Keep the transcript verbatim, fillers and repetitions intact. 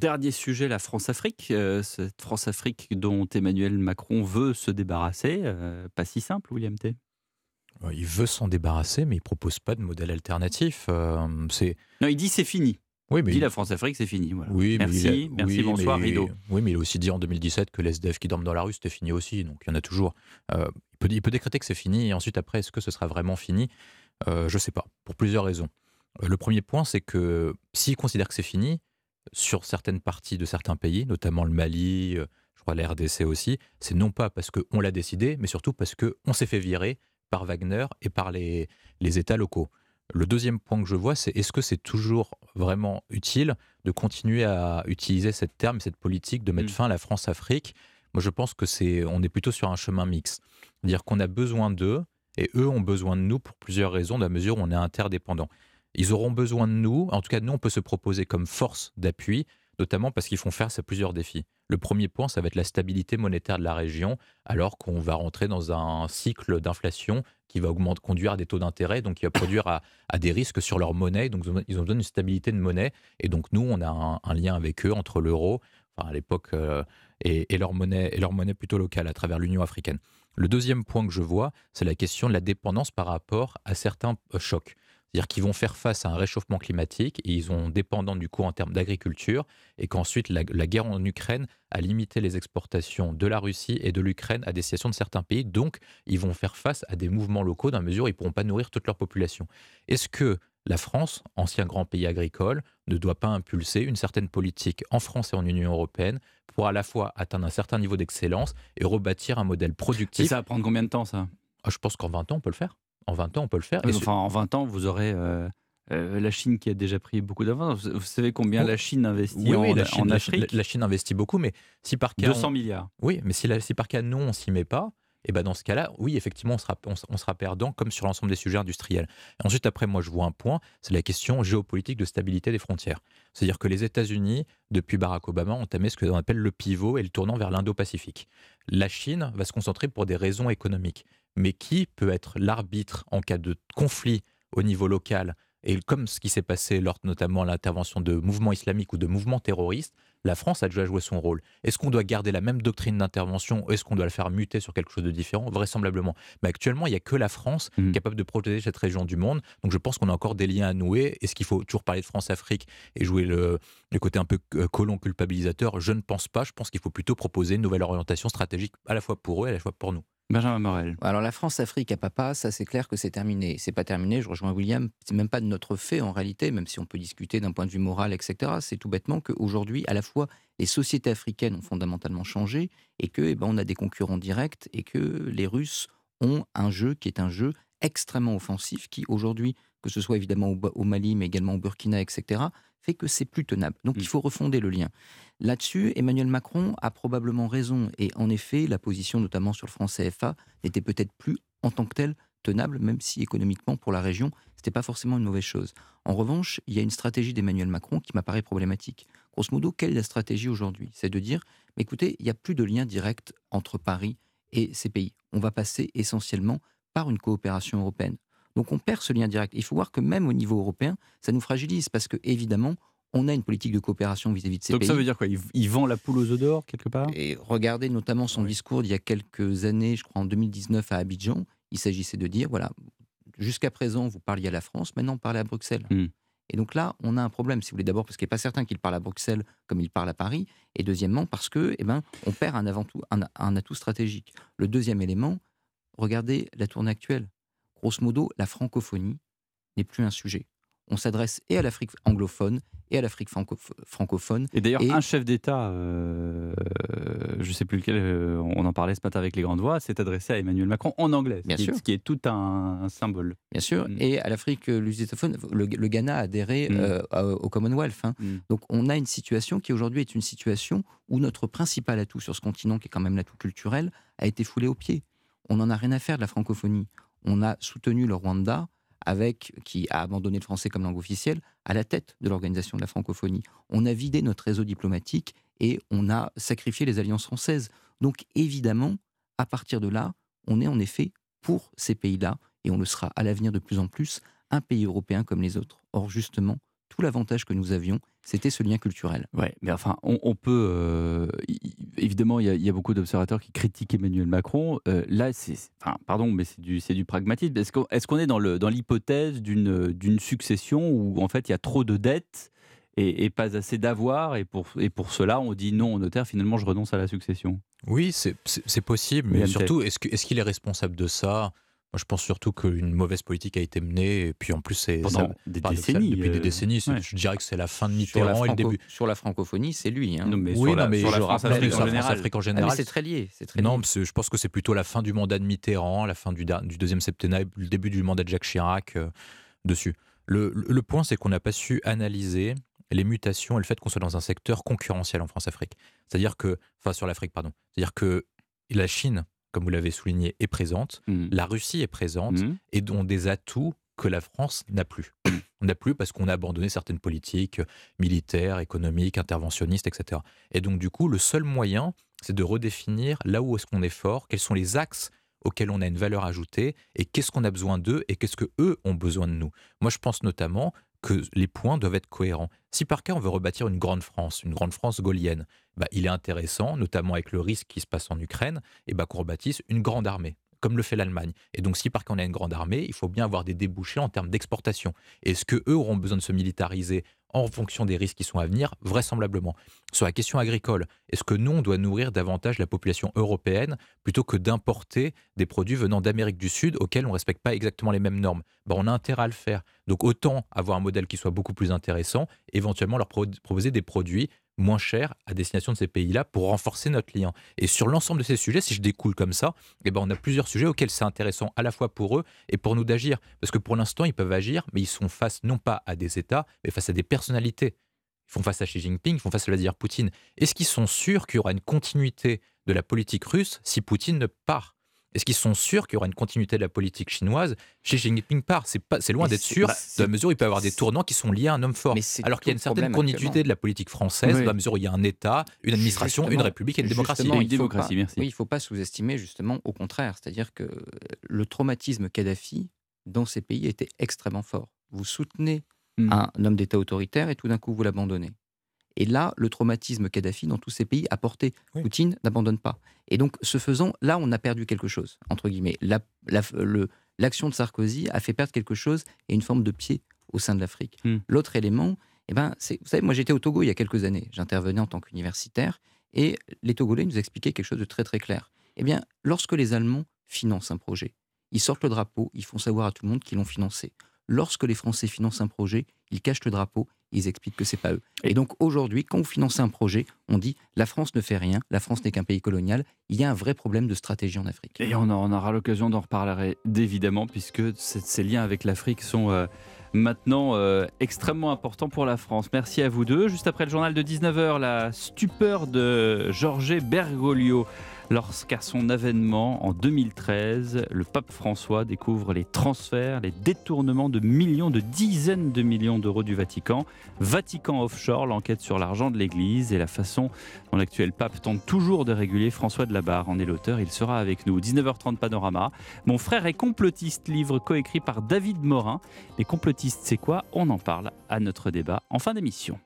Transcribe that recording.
dernier sujet, la France-Afrique. Euh, cette France-Afrique dont Emmanuel Macron veut se débarrasser. Euh, pas si simple, William T. Euh, Il veut s'en débarrasser, mais il propose pas de modèle alternatif. Euh, c'est Non, il dit c'est fini. oui, Il mais dit il- la France-Afrique, c'est fini. Voilà. oui, mais il a, Merci, merci, oui, bonsoir, mais rideau. oui, mais il a aussi dit en deux mille dix-sept que les S D F qui dorment dans la rue c'était fini aussi. Donc il y en a toujours. Euh, il peut, il peut décréter que c'est fini et ensuite après est-ce que ce sera vraiment fini? Euh, Je sais pas. Pour plusieurs raisons. Euh, Le premier point, c'est que s'il considère que c'est fini sur certaines parties de certains pays, notamment le Mali, euh, je crois la R D C aussi, c'est non pas parce qu'on l'a décidé, mais surtout parce qu'on s'est fait virer par Wagner et par les, les États locaux. Le deuxième point que je vois, c'est est-ce que c'est toujours vraiment utile de continuer à utiliser cette terme, cette politique de mettre Mm. fin à la France-Afrique? Moi, je pense que c'est, on est plutôt sur un chemin mixte. C'est-à-dire qu'on a besoin d'eux et eux ont besoin de nous pour plusieurs raisons, dans la mesure où on est interdépendants. Ils auront besoin de nous, en tout cas, nous, on peut se proposer comme force d'appui, notamment parce qu'ils font face à plusieurs défis. Le premier point, ça va être la stabilité monétaire de la région, alors qu'on va rentrer dans un cycle d'inflation qui va augmenter, conduire à des taux d'intérêt, donc qui va produire à, à des risques sur leur monnaie. Donc, ils ont ils ont besoin d'une stabilité de monnaie. Et donc, nous, on a un, un lien avec eux entre l'euro, enfin, à l'époque, euh, et, et leur monnaie, et leur monnaie plutôt locale à travers l'Union africaine. Le deuxième point que je vois, c'est la question de la dépendance par rapport à certains euh, chocs. C'est-à-dire qu'ils vont faire face à un réchauffement climatique et ils sont dépendants du coup en termes d'agriculture et qu'ensuite la, la guerre en Ukraine a limité les exportations de la Russie et de l'Ukraine à destination de certains pays. Donc, ils vont faire face à des mouvements locaux dans la mesure où ils ne pourront pas nourrir toute leur population. Est-ce que la France, ancien grand pays agricole, ne doit pas impulser une certaine politique en France et en Union européenne pour à la fois atteindre un certain niveau d'excellence et rebâtir un modèle Et productif? ça va prendre combien de temps, ça? Ah, je pense qu'en vingt ans, on peut le faire. En vingt ans, on peut le faire. Ah, Et mais ce- Enfin, en vingt ans, vous aurez euh, euh, la Chine qui a déjà pris beaucoup d'avance. Vous vous savez combien Oh, la Chine investit oui, en, oui, la en Chine, la Chine, Afrique? la Chine investit beaucoup, mais si par cas, on- deux cents milliards. oui, mais si, la- si par cas non, on s'y met pas, et ben dans ce cas-là, oui, effectivement, on sera, on, s- on sera perdant, comme sur l'ensemble des sujets industriels. Et ensuite, après, moi, je vois un point, c'est la question géopolitique de stabilité des frontières. C'est-à-dire que les États-Unis, depuis Barack Obama, ont entamé ce que l'on appelle le pivot et le tournant vers l'Indo-Pacifique. La Chine va se concentrer pour des raisons économiques, mais qui peut être l'arbitre en cas de conflit au niveau local? Et comme ce qui s'est passé lors notamment l'intervention de mouvements islamiques ou de mouvements terroristes, la France a déjà joué son rôle. Est-ce qu'on doit garder la même doctrine d'intervention? Est-ce qu'on doit le faire muter sur quelque chose de différent? Vraisemblablement. Mais actuellement, il n'y a que la France Mhm. capable de protéger cette région du monde. Donc je pense qu'on a encore des liens à nouer. Est-ce qu'il faut toujours parler de France-Afrique et jouer le, le côté un peu euh, colon culpabilisateur? Je ne pense pas. Je pense qu'il faut plutôt proposer une nouvelle orientation stratégique à la fois pour eux et à la fois pour nous. Benjamin Morel. Alors la France-Afrique à papa, ça c'est clair que c'est terminé. C'est pas terminé, je rejoins William, c'est même pas de notre fait en réalité, même si on peut discuter d'un point de vue moral, et cetera. C'est tout bêtement qu'aujourd'hui, à la fois, les sociétés africaines ont fondamentalement changé et que, eh ben, on a des concurrents directs et que les Russes ont un jeu qui est un jeu extrêmement offensif qui aujourd'hui, que ce soit évidemment au, Ba- au Mali, mais également au Burkina, et cetera, fait que c'est plus tenable. Donc Mm. il faut refonder le lien. Là-dessus, Emmanuel Macron a probablement raison. Et en effet, la position, notamment sur le franc C F A, n'était peut-être plus en tant que telle tenable, même si économiquement, pour la région, c'était pas forcément une mauvaise chose. En revanche, il y a une stratégie d'Emmanuel Macron qui m'apparaît problématique. Grosso modo, quelle est la stratégie aujourd'hui? C'est de dire, mais écoutez, il n'y a plus de lien direct entre Paris et ces pays. On va passer essentiellement par une coopération européenne. Donc on perd ce lien direct. Il faut voir que même au niveau européen, ça nous fragilise parce que, évidemment, on a une politique de coopération vis-à-vis de ces Donc pays. ça veut dire quoi? Il, il vend la poule aux œufs d'or, quelque part? Et regardez notamment son Oui. discours d'il y a quelques années, je crois en deux mille dix-neuf à Abidjan. Il s'agissait de dire, voilà, jusqu'à présent, vous parliez à la France, maintenant, parlez à Bruxelles. Mm. Et donc là, on a un problème, si vous voulez, d'abord parce qu'il n'est pas certain qu'il parle à Bruxelles comme il parle à Paris, et deuxièmement parce que, eh ben, on perd un, avant-tout- un, un atout stratégique. Le deuxième élément, regardez la tournée actuelle. Grosso modo, la francophonie n'est plus un sujet. On s'adresse et à l'Afrique anglophone et à l'Afrique franco- francophone. Et d'ailleurs, Et- un chef d'État, euh, je ne sais plus lequel, euh, on en parlait ce matin avec les grandes voix, s'est adressé à Emmanuel Macron en anglais, Bien ce, qui sûr. est, ce qui est tout un, un symbole. Bien sûr, Mm. et à l'Afrique euh, lusitophone, le, le Ghana a adhéré Mm. euh, à- au Commonwealth. hein. Mm. Donc on a une situation qui aujourd'hui est une situation où notre principal atout sur ce continent, qui est quand même l'atout culturel, a été foulé aux pieds. On n'en a rien à faire de la francophonie. On a soutenu le Rwanda, avec, qui a abandonné le français comme langue officielle, à la tête de l'organisation de la francophonie. On a vidé notre réseau diplomatique et on a sacrifié les alliances françaises. Donc évidemment, à partir de là, on est en effet pour ces pays-là, et on le sera à l'avenir de plus en plus, un pays européen comme les autres. Or justement, tous tout l'avantage que nous avions, c'était ce lien culturel. Ouais, mais enfin, on, on peut euh, y- évidemment, il y, a- il y a beaucoup d'observateurs qui critiquent Emmanuel Macron. Euh, là, c'est, c'est- enfin, pardon, mais c'est du, c'est du pragmatisme. Est-ce qu'on, est-ce qu'on est dans le, dans l'hypothèse d'une, d'une succession où en fait il y a trop de dettes et, et pas assez d'avoir, et pour, et pour cela on dit non au notaire. Finalement, je renonce à la succession. Oui, c'est c'est- c'est possible, mais Yann Tay. surtout, est-ce que- est-ce qu'il est responsable de ça? Moi, je pense surtout qu'une mauvaise politique a été menée, et puis en plus, c'est Pendant ça- des paradoxal, décennies. depuis des euh, décennies. c'est- ouais. Je dirais que c'est la fin de Sur la, Mitterrand et le franco- début. sur la francophonie, c'est lui. hein. Non, mais Oui, sur la, non, mais sur la je France rappelle Afrique sur en la général. France-Afrique en Ah, mais général. c'est très lié. C'est très Non, lié. parce que je pense que c'est plutôt la fin du mandat de Mitterrand, la fin du, da- du deuxième septennat, et le début du mandat de Jacques Chirac euh, dessus. Le, le- le point, c'est qu'on n'a pas su analyser les mutations et le fait qu'on soit dans un secteur concurrentiel en France-Afrique. C'est-à-dire que, enfin sur l'Afrique, pardon. C'est-à-dire que la Chine, comme vous l'avez souligné, est présente, Mhm. la Russie est présente, Mhm. et ont des atouts que la France n'a plus. On n'a plus parce qu'on a abandonné certaines politiques euh, militaires, économiques, interventionnistes, et cetera. Et donc, du coup, le seul moyen, c'est de redéfinir là où est-ce qu'on est fort, quels sont les axes auxquels on a une valeur ajoutée, et qu'est-ce qu'on a besoin d'eux, et qu'est-ce qu'eux ont besoin de nous. Moi, je pense notamment que les points doivent être cohérents. Si par cas, on veut rebâtir une grande France, une grande France gaullienne, bah, il est intéressant, notamment avec le risque qui se passe en Ukraine, et bah, qu'on rebâtisse une grande armée, comme le fait l'Allemagne. Et donc, si par cas on a une grande armée, il faut bien avoir des débouchés en termes d'exportation. Est-ce qu'eux auront besoin de se militariser en fonction des risques qui sont à venir? Vraisemblablement. Sur la question agricole, est-ce que nous, on doit nourrir davantage la population européenne plutôt que d'importer des produits venant d'Amérique du Sud auxquels on ne respecte pas exactement les mêmes normes? Ben, on a intérêt à le faire. Donc autant avoir un modèle qui soit beaucoup plus intéressant, éventuellement leur pro- proposer des produits moins chers à destination de ces pays-là pour renforcer notre lien. Et sur l'ensemble de ces sujets, si je découle comme ça, eh ben on a plusieurs sujets auxquels c'est intéressant à la fois pour eux et pour nous d'agir. Parce que pour l'instant, ils peuvent agir, mais ils sont face non pas à des États, mais face à des personnalités. Ils font face à Xi Jinping, ils font face à Vladimir Poutine. Est-ce qu'ils sont sûrs qu'il y aura une continuité de la politique russe si Poutine ne part? Est-ce qu'ils sont sûrs qu'il y aura une continuité de la politique chinoise si Xi Jinping part? C'est pas, c'est loin Mais d'être c'est- sûr, bah, dans la mesure où il peut y avoir des c'est- tournants qui sont liés à un homme fort. Mais c'est Alors tout qu'il y a le une certaine problème continuité actuellement. de la politique française, Oui. dans la mesure où il y a un État, une administration, une Justement, république et une démocratie. justement, Et une il faut démocratie, pas- merci. Oui, il ne faut pas sous-estimer, justement, au contraire. C'est-à-dire que le traumatisme Kadhafi, dans ces pays, était extrêmement fort. Vous soutenez Mhm. un homme d'État autoritaire et tout d'un coup, vous l'abandonnez. Et là, le traumatisme Kadhafi, dans tous ces pays, a porté. Oui. Poutine n'abandonne pas. Et donc, ce faisant, là, on a perdu quelque chose, entre guillemets. La- la- le- L'action de Sarkozy a fait perdre quelque chose et une forme de pied au sein de l'Afrique. Mm. L'autre élément, eh ben, c'est, vous savez, moi j'étais au Togo il y a quelques années. J'intervenais en tant qu'universitaire et les Togolais nous expliquaient quelque chose de très très clair. Eh bien, lorsque les Allemands financent un projet, ils sortent le drapeau, ils font savoir à tout le monde qu'ils l'ont financé. Lorsque les Français financent un projet, ils cachent le drapeau, ils expliquent que c'est pas eux. Et donc aujourd'hui, quand vous financez un projet, on dit la France ne fait rien, la France n'est qu'un pays colonial. Il y a un vrai problème de stratégie en Afrique. Et on, en- on aura l'occasion d'en reparler évidemment, puisque c- ces liens avec l'Afrique sont euh, maintenant euh, extrêmement importants pour la France. Merci à vous deux. Juste après le journal de dix-neuf heures, la stupeur de Jorge Bergoglio lorsqu'à son avènement en deux mille treize, le pape François découvre les transferts, les détournements de millions, de dizaines de millions d'euros du Vatican. Vatican Offshore, l'enquête sur l'argent de l'Église et la façon dont l'actuel pape tente toujours de réguler. François Delabarre en est l'auteur, il sera avec nous. dix-neuf heures trente Panorama. Mon frère est complotiste, livre coécrit par David Morin. Les complotistes, c'est quoi? On en parle à notre débat en fin d'émission.